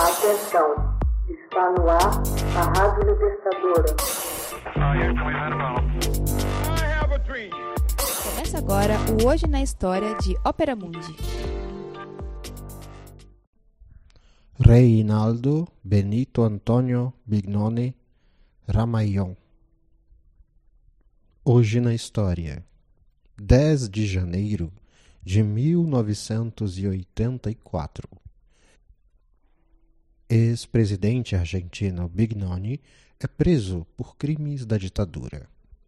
Atenção, está no ar a Rádio Libertadora. Começa agora o Hoje na História de Ópera Mundi. Reinaldo Benito Antônio Bignoni Ramayón. Hoje na História, 10 de janeiro de 1984. Ex-presidente argentino Bignoni é preso por crimes da ditadura.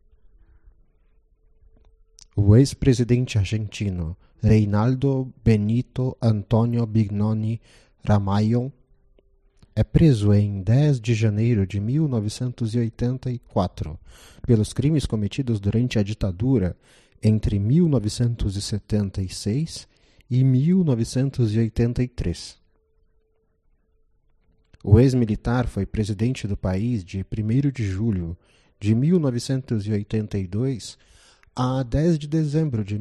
O ex-presidente argentino Reinaldo Benito Antônio Bignoni Ramayón é preso em 10 de janeiro de 1984 pelos crimes cometidos durante a ditadura entre 1976 e 1983. O ex-militar foi presidente do país de 1º de julho de 1982 a 10 de dezembro de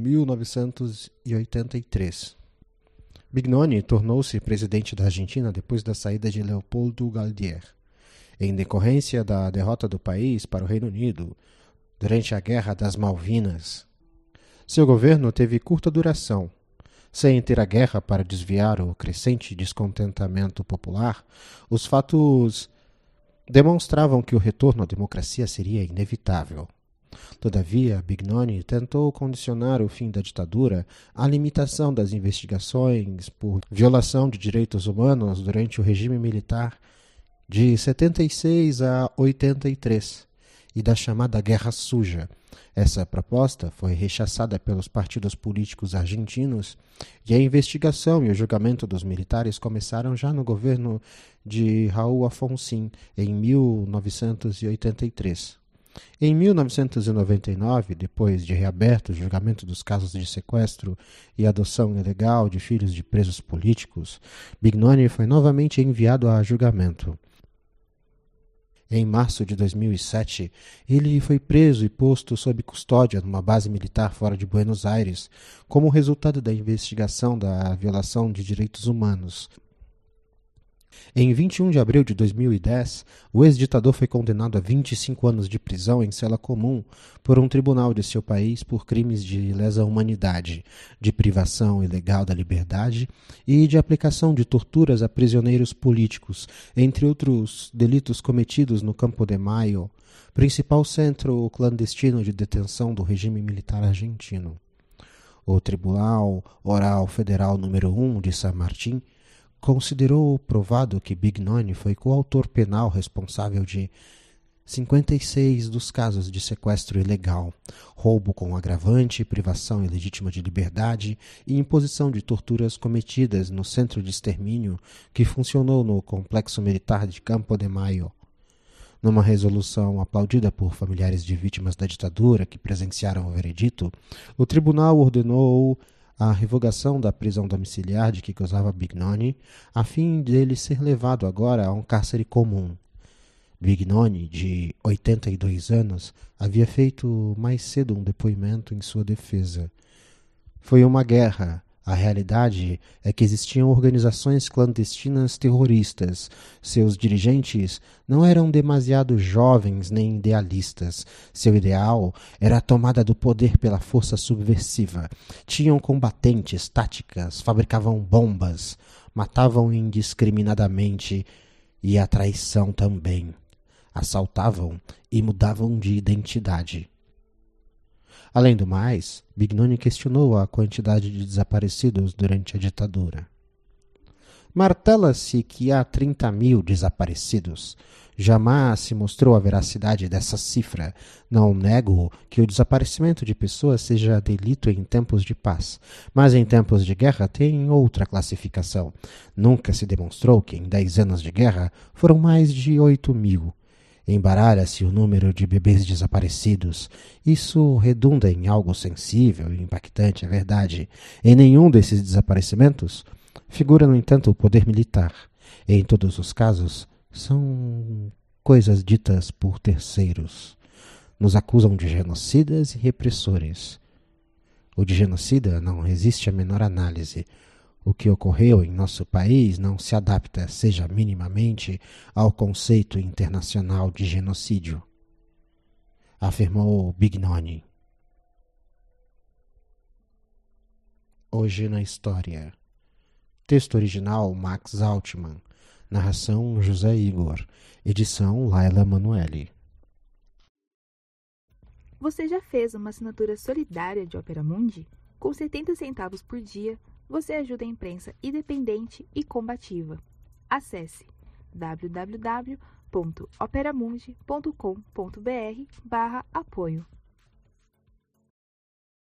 1983. Bignoni tornou-se presidente da Argentina depois da saída de Leopoldo Galtier, em decorrência da derrota do país para o Reino Unido durante a Guerra das Malvinas. Seu governo teve curta duração. Sem ter a guerra para desviar o crescente descontentamento popular, os fatos demonstravam que o retorno à democracia seria inevitável. Todavia, Bignoni tentou condicionar o fim da ditadura à limitação das investigações por violação de direitos humanos durante o regime militar de 76 a 83 e da chamada Guerra Suja. Essa proposta foi rechaçada pelos partidos políticos argentinos e a investigação e o julgamento dos militares começaram já no governo de Raul Alfonsín em 1983. Em 1999, depois de reaberto o julgamento dos casos de sequestro e adoção ilegal de filhos de presos políticos, Bignoni foi novamente enviado a julgamento. Em março de 2007, ele foi preso e posto sob custódia numa base militar fora de Buenos Aires, como resultado da investigação da violação de direitos humanos. Em 21 de abril de 2010, o ex-ditador foi condenado a 25 anos de prisão em cela comum por um tribunal de seu país por crimes de lesa humanidade, de privação ilegal da liberdade e de aplicação de torturas a prisioneiros políticos, entre outros delitos cometidos no Campo de Mayo, principal centro clandestino de detenção do regime militar argentino. O Tribunal Oral Federal número 1 de San Martín considerou provado que Bignoni foi coautor penal responsável de 56 dos casos de sequestro ilegal, roubo com agravante, privação ilegítima de liberdade e imposição de torturas cometidas no centro de extermínio que funcionou no complexo militar de Campo de Mayo. Numa resolução aplaudida por familiares de vítimas da ditadura que presenciaram o veredito, o tribunal ordenou a revogação da prisão domiciliar de que gozava Bignoni, a fim dele ser levado agora a um cárcere comum. Bignoni, de 82 anos, havia feito mais cedo um depoimento em sua defesa. Foi uma guerra. A realidade é que existiam organizações clandestinas terroristas. Seus dirigentes não eram demasiado jovens nem idealistas. Seu ideal era a tomada do poder pela força subversiva. Tinham combatentes, táticas, fabricavam bombas, matavam indiscriminadamente e a traição também. Assaltavam e mudavam de identidade. Além do mais, Bignoni questionou a quantidade de desaparecidos durante a ditadura. Martela-se que há 30.000 desaparecidos. Jamais se mostrou a veracidade dessa cifra. Não nego que o desaparecimento de pessoas seja delito em tempos de paz, mas em tempos de guerra tem outra classificação. Nunca se demonstrou que em 10 anos de guerra foram mais de 8.000. Embaralha-se o número de bebês desaparecidos. Isso redunda em algo sensível e impactante, é verdade. Em nenhum desses desaparecimentos figura, no entanto, o poder militar. Em todos os casos, são coisas ditas por terceiros. Nos acusam de genocidas e repressores. O de genocida não resiste à menor análise. O que ocorreu em nosso país não se adapta, seja minimamente, ao conceito internacional de genocídio, afirmou Bignoni. Hoje na História. Texto original Max Altman. Narração José Igor. Edição Laila Manuelle. Você já fez uma assinatura solidária de Opera Mundi? Com 70 centavos por dia, você ajuda a imprensa independente e combativa. Acesse www.operamundi.com.br/apoio.